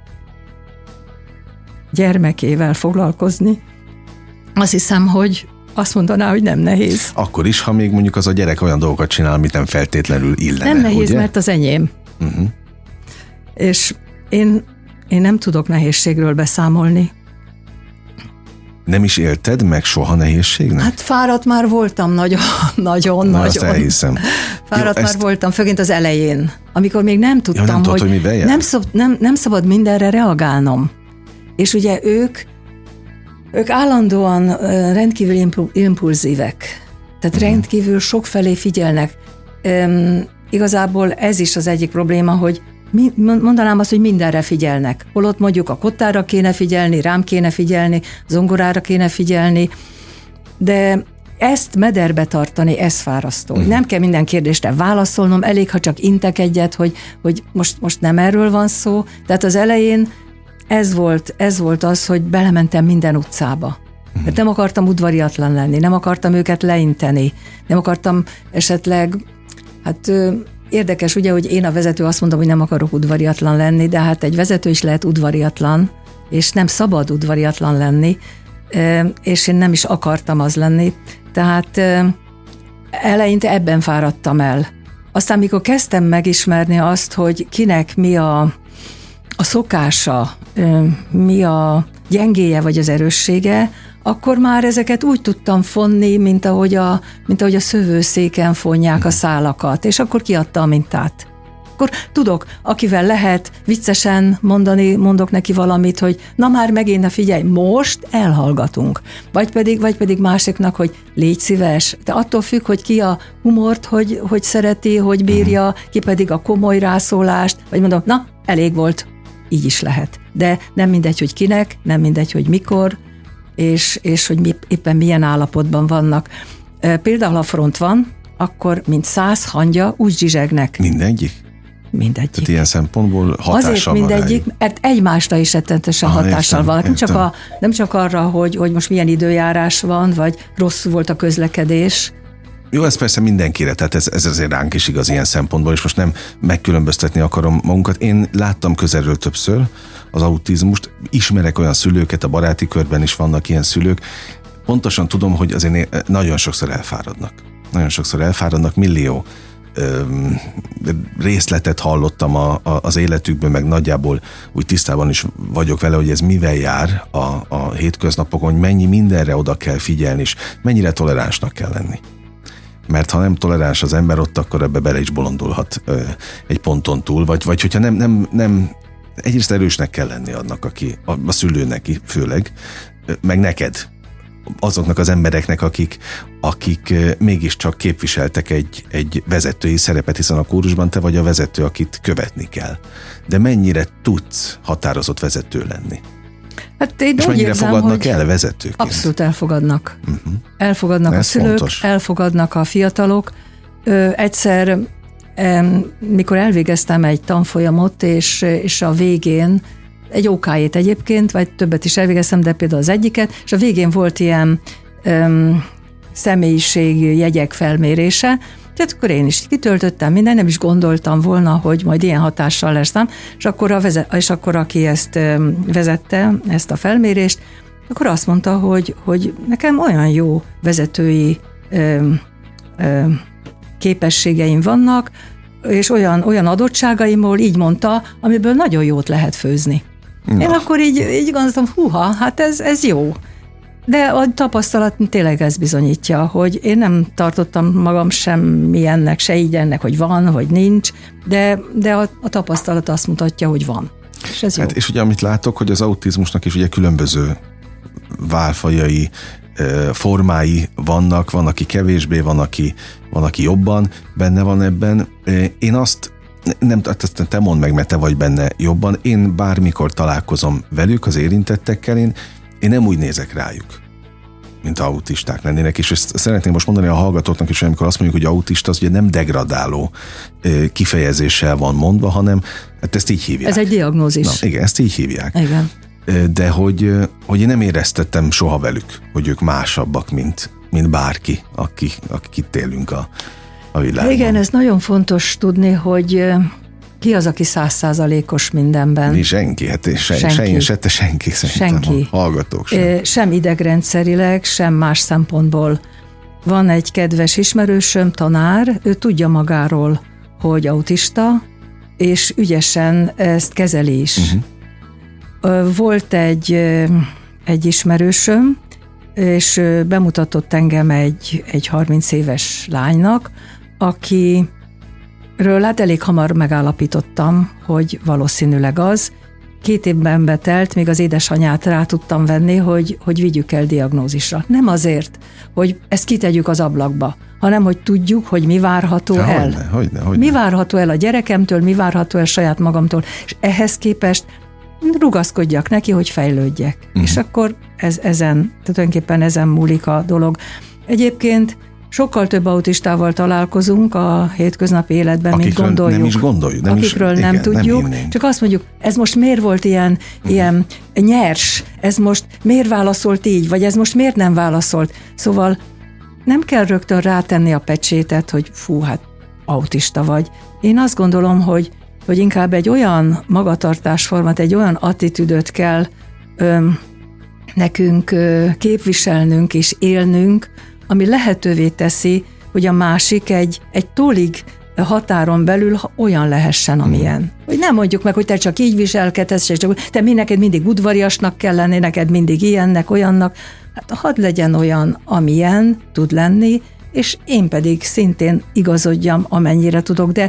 gyermekével foglalkozni, azt hiszem, hogy azt mondaná, hogy nem nehéz. Akkor is, ha még mondjuk az a gyerek olyan dolgokat csinál, amit nem feltétlenül illene. Nem nehéz, ugye? mert az enyém. És én nem tudok nehézségről beszámolni. Nem is élted meg soha nehézségnek? Hát fáradt már voltam nagyon. Azt elhiszem. Fáradt már voltam, főként az elején, amikor még nem tudtam, hogy mivel jár? Nem szabad mindenre reagálnom. És ugye ők állandóan rendkívül impulzívek. Tehát rendkívül sokfelé figyelnek. Igazából ez is az egyik probléma, hogy mondanám azt, hogy mindenre figyelnek. Holott mondjuk a kottára kéne figyelni, rám kéne figyelni, zongorára kéne figyelni, de ezt mederbe tartani, ez fárasztó. Nem kell minden kérdésre válaszolnom, elég, ha csak intek egyet, hogy most nem erről van szó. Tehát az elején ez volt az, hogy belementem minden utcába. Mert nem akartam udvariatlan lenni, nem akartam őket leinteni, nem akartam esetleg, hát érdekes ugye, hogy én a vezető azt mondom, hogy nem akarok udvariatlan lenni, de hát egy vezető is lehet udvariatlan, és nem szabad udvariatlan lenni, és én nem is akartam az lenni. Tehát eleinte ebben fáradtam el. Aztán, mikor kezdtem megismerni azt, hogy kinek mi a szokása, mi a gyengéje vagy az erőssége, akkor már ezeket úgy tudtam fonni, mint ahogy a szövőszéken fonják a szálakat, és akkor kiadta a mintát. akkor tudok, akivel lehet viccesen mondok neki valamit, hogy na már megint ne figyelj, most elhallgatunk. Vagy pedig másiknak, hogy légy szíves. De attól függ, hogy ki a humort, hogy szereti, hogy bírja, ki pedig a komoly rászólást, vagy mondom, na, elég volt, így is lehet. De nem mindegy, hogy kinek, nem mindegy, hogy mikor, és hogy éppen milyen állapotban vannak. Például, ha front van, akkor mint 100 hangya úgy zsizsegnek. Mindegyik? Mindegyik. Tehát ilyen szempontból hatással azért mindegyik, mert egymásra is rettentesen hatással van. Nem csak arra, hogy most milyen időjárás van, vagy rosszul volt a közlekedés. Jó, ez persze mindenkire, tehát ez azért ránk is igaz ilyen szempontból, és most nem megkülönböztetni akarom magunkat. Én láttam közelről többször az autizmust, ismerek olyan szülőket, a baráti körben is vannak ilyen szülők. Pontosan tudom, hogy azért nagyon sokszor elfáradnak, millió részletet hallottam az életükből, meg nagyjából úgy tisztában is vagyok vele, hogy ez mivel jár a hétköznapokon, hogy mennyi mindenre oda kell figyelni, és mennyire toleránsnak kell lenni. Mert ha nem toleráns az ember ott, akkor ebbe bele is bolondulhat egy ponton túl, vagy hogyha nem egyrészt erősnek kell lenni annak, a szülőnek főleg, meg neked, azoknak az embereknek, akik mégiscsak képviseltek egy vezetői szerepet, hiszen a kórusban te vagy a vezető, akit követni kell. De mennyire tudsz határozott vezető lenni? Hát én és mennyire érzem, fogadnak el vezetőként? Abszolút elfogadnak. Elfogadnak ez a szülők, fontos. elfogadnak a fiatalok. Egyszer, mikor elvégeztem egy tanfolyamot, és a végén egy OK-ét egyébként, vagy többet is elvégeztem, de például az egyiket, és a végén volt ilyen személyiségjegyek felmérése, tehát akkor én is kitöltöttem minden, nem is gondoltam volna, hogy majd ilyen hatással leszem, és akkor aki ezt vezette, ezt a felmérést, akkor azt mondta, hogy nekem olyan jó vezetői képességeim vannak, és olyan adottságaimból így mondta, amiből nagyon jót lehet főzni. Na. Én akkor így gondoltam, hát ez jó. De a tapasztalat tényleg ez bizonyítja, hogy én nem tartottam magam semmilyennek, se így ennek, hogy van, vagy nincs, de a tapasztalat azt mutatja, hogy van. És ez jó. És ugye amit látok, hogy az autizmusnak is ugye különböző válfajai, formái vannak, van, aki kevésbé, van, aki jobban benne van ebben. Én azt te mondd meg, mert te vagy benne jobban. Én bármikor találkozom velük, az érintettekkel, én nem úgy nézek rájuk, mint autisták lennének, és ezt szeretném most mondani a hallgatóknak is, hogy amikor azt mondjuk, hogy autista, az ugye nem degradáló kifejezéssel van mondva, hanem hát ezt így hívják. Ez egy diagnózis. Na, igen, ezt így hívják. Igen. De hogy én nem éreztettem soha velük, hogy ők másabbak, mint bárki, akik itt élünk a világban. Igen, ez nagyon fontos tudni, hogy ki az, aki 100%-os mindenben. Senki, hát senki szerintem. Senki. A hallgatók sem. Sem idegrendszerileg, sem más szempontból. Van egy kedves ismerősöm, tanár, ő tudja magáról, hogy autista, és ügyesen ezt kezeli is. Volt egy ismerősöm, és bemutatott engem egy 30 éves lánynak, akiről hát elég hamar megállapítottam, hogy valószínűleg az. 2 évben betelt, még az édesanyát rá tudtam venni, hogy vigyük el diagnózisra. Nem azért, hogy ezt kitegyük az ablakba, hanem hogy tudjuk, hogy mi várható el. Hogyne. Mi várható el a gyerekemtől, mi várható el saját magamtól, és ehhez képest rugaszkodjak neki, hogy fejlődjek. És akkor tulajdonképpen ezen múlik a dolog. Egyébként sokkal több autistával találkozunk a hétköznapi életben, mint gondoljuk. Nem is gondoljuk. Akikről nem tudjuk. Csak azt mondjuk, ez most miért volt ilyen nyers, ez most miért válaszolt így, vagy ez most miért nem válaszolt. Szóval nem kell rögtön rátenni a pecsétet, hogy hát autista vagy. Én azt gondolom, hogy inkább egy olyan magatartásformát, egy olyan attitűdöt kell nekünk képviselnünk és élnünk, ami lehetővé teszi, hogy a másik egy tólig határon belül olyan lehessen, amilyen. Hogy nem mondjuk meg, hogy te csak így viselkedsz, és te neked mindig udvariasnak kell lenni, neked mindig ilyennek, olyannak. Hát hadd legyen olyan, amilyen tud lenni, és én pedig szintén igazodjam, amennyire tudok, de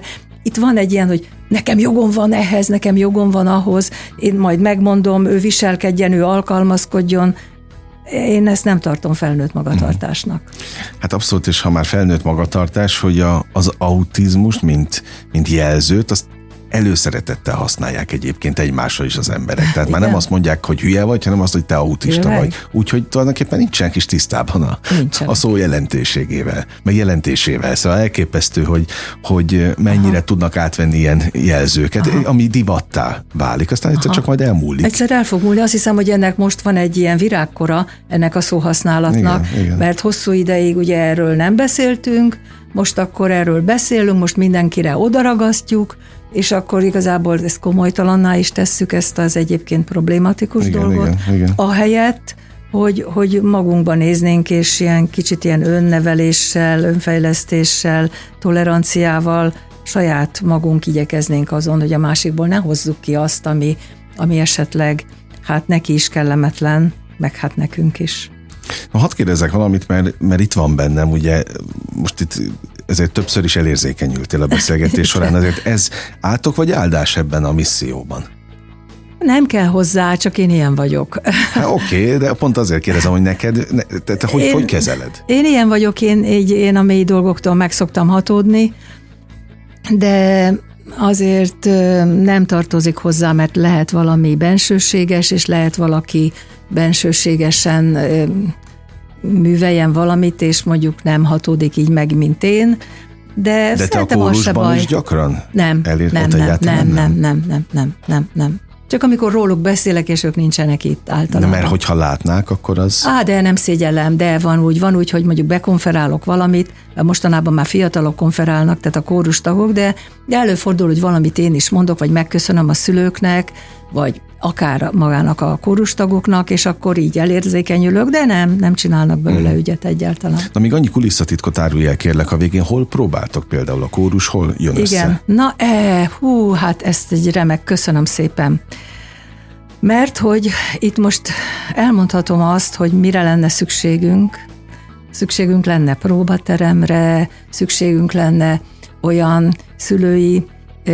itt van egy ilyen, hogy nekem jogom van ehhez, nekem jogom van ahhoz, én majd megmondom, ő viselkedjen, ő alkalmazkodjon. Én ezt nem tartom felnőtt magatartásnak. Hát abszolút, és ha már felnőtt magatartás, hogy az autizmust, mint jelzőt, azt előszeretettel használják egyébként egymásra is az emberek. Tehát már nem azt mondják, hogy hülye vagy, hanem azt, hogy te autista vagy. Úgyhogy tulajdonképpen nincsenek is tisztában a szó jelentésével. Szóval elképesztő, hogy mennyire tudnak átvenni ilyen jelzőket, ami divattá válik. Aztán egyszer csak majd elmúlik. Egyszer el fog múlni. Azt hiszem, hogy ennek most van egy ilyen virágkora ennek a szóhasználatnak, igen. Mert hosszú ideig ugye erről nem beszéltünk, most akkor erről beszélünk, most mindenkire odaragasztjuk, és akkor igazából ezt komolytalanná is tesszük, ezt az egyébként problématikus dolgot. Igen. Ahelyett, hogy magunkban néznénk, és ilyen kicsit ilyen önneveléssel, önfejlesztéssel, toleranciával saját magunk igyekeznénk azon, hogy a másikból ne hozzuk ki azt, ami esetleg hát neki is kellemetlen, meg hát nekünk is. Na, hadd kérdezzek valamit, mert itt van bennem, ugye most itt ezért többször is elérzékenyültél a beszélgetés során, ezért ez átok vagy áldás ebben a misszióban? Nem kell hozzá, csak én ilyen vagyok. Hát oké, de pont azért kérdezem, hogy neked, te hogy kezeled? Én ilyen vagyok, én a mély dolgoktól meg szoktam hatódni, de azért nem tartozik hozzá, mert lehet valami bensőséges, és lehet valaki bensőségesen műveljen valamit, és mondjuk nem hatódik így meg, mint én, de te a kórusban is gyakran? Nem. Csak amikor róluk beszélek, és ők nincsenek itt általában. De mert hogyha látnák, akkor az... De nem szégyellem, de van úgy, hogy mondjuk bekonferálok valamit, mostanában már fiatalok konferálnak, tehát a kórustagok, de előfordul, hogy valamit én is mondok, vagy megköszönöm a szülőknek, vagy akár magának a kórustagoknak, és akkor így elérzékenyülök, de nem csinálnak belőle ügyet egyáltalán. Na, még annyi kulisszatitkot árulj el, kérlek, a végén hol próbáltok például a kórus, hol jön össze? Igen, hát ezt egy remek, köszönöm szépen. Mert hogy itt most elmondhatom azt, hogy mire lenne szükségünk. Szükségünk lenne próbateremre, szükségünk lenne olyan szülői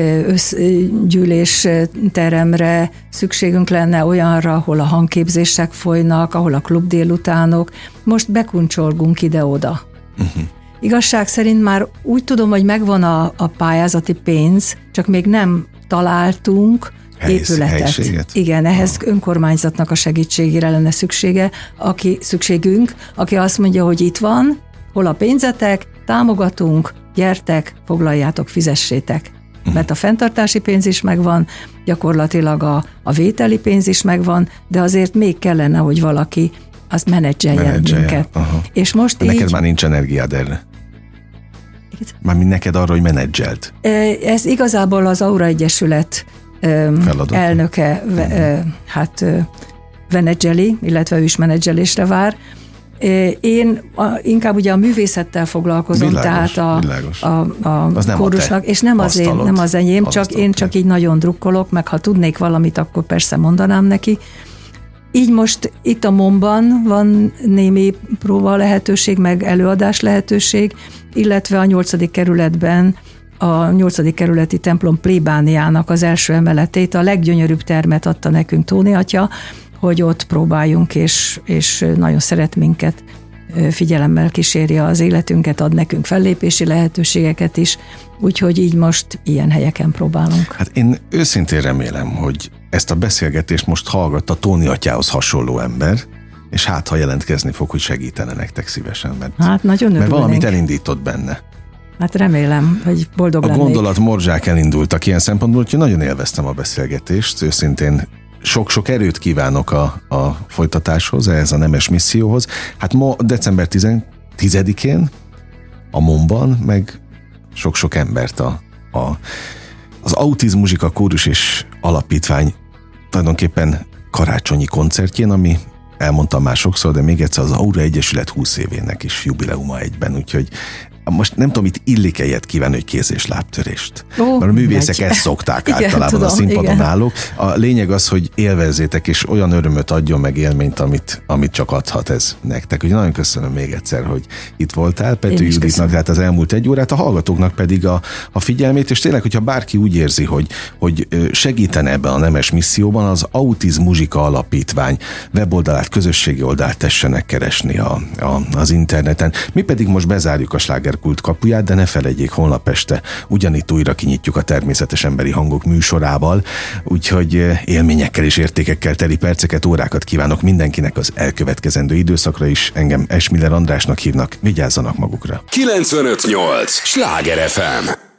gyűlésteremre, szükségünk lenne olyanra, ahol a hangképzések folynak, ahol a klub délutánok. Most bekuncsolgunk ide-oda. Igazság szerint már úgy tudom, hogy megvan a pályázati pénz, csak még nem találtunk épületet. Helyiséget? Igen, ehhez önkormányzatnak a segítségére lenne szükségünk, aki azt mondja, hogy itt van, hol a pénzetek, támogatunk, gyertek, foglaljátok, fizessétek. Mert a fenntartási pénz is megvan, gyakorlatilag a vételi pénz is megvan, de azért még kellene, hogy valaki azt menedzseljen minket. És most neked már nincs energiád erre. Mármint neked arra, hogy menedzselt. Ez igazából az Aura Egyesület elnöke menedzseli, illetve ő is menedzselésre vár. Én inkább ugye a művészettel foglalkozom, világos, tehát a kórusnak, és nem az enyém, csak így nagyon drukkolok, meg ha tudnék valamit, akkor persze mondanám neki. Így most itt a MOM-ban van némi próba lehetőség, meg előadás lehetőség, illetve a 8. kerületben a 8. kerületi templom plébániának az első emeletét, a leggyönyörűbb termet adta nekünk Tóni atya, hogy ott próbáljunk, és nagyon szeret minket, figyelemmel kíséri az életünket, ad nekünk fellépési lehetőségeket is, úgyhogy így most ilyen helyeken próbálunk. Hát én őszintén remélem, hogy ezt a beszélgetést most hallgatta Tóni atyához hasonló ember, és hát ha jelentkezni fog, hogy segítene nektek szívesen, hát nagyon örülnénk. Mert valamit elindított benne. Hát remélem, hogy boldog lennék. A gondolat morzsák elindultak ilyen szempontból, hogy nagyon élveztem a beszélgetést, őszintén sok-sok erőt kívánok a folytatáshoz, ehhez a nemes misszióhoz. Hát ma december 10-én a MOM-ban meg sok-sok embert az Autizmuzsika Kórus és Alapítvány tulajdonképpen karácsonyi koncertjén, ami elmondtam már sokszor, de még egyszer az Aura Egyesület 20 évének is jubileuma egyben, úgyhogy most nem tudom, itt illik-e ilyet kívánni, hogy kéz- és lábtörést. Mert a művészek ezt szokták igen, általában tudom, a színpadon állók. A lényeg az, hogy élvezzétek, és olyan örömöt adjon meg élményt, amit csak adhat ez nektek. Úgyhogy nagyon köszönöm még egyszer, hogy itt voltál. Pető Juditnak, tehát az elmúlt 1 órát, a hallgatóknak pedig a figyelmét, és tényleg, hogyha bárki úgy érzi, hogy segítene ebben a nemes misszióban, az Autism Muzsika Alapítvány weboldalát, közösségi oldalt tessenek keresni az interneten. Mi pedig most bezárjuk a Slágerkult kapuját, de ne felejtjék, holnap este ugyanitt újra kinyitjuk a Természetes Emberi Hangok műsorával, úgyhogy élményekkel és értékekkel teli perceket, órákat kívánok mindenkinek az elkövetkezendő időszakra is. Engem Esmiller Andrásnak hívnak, vigyázzanak magukra. 95.8 Sláger FM.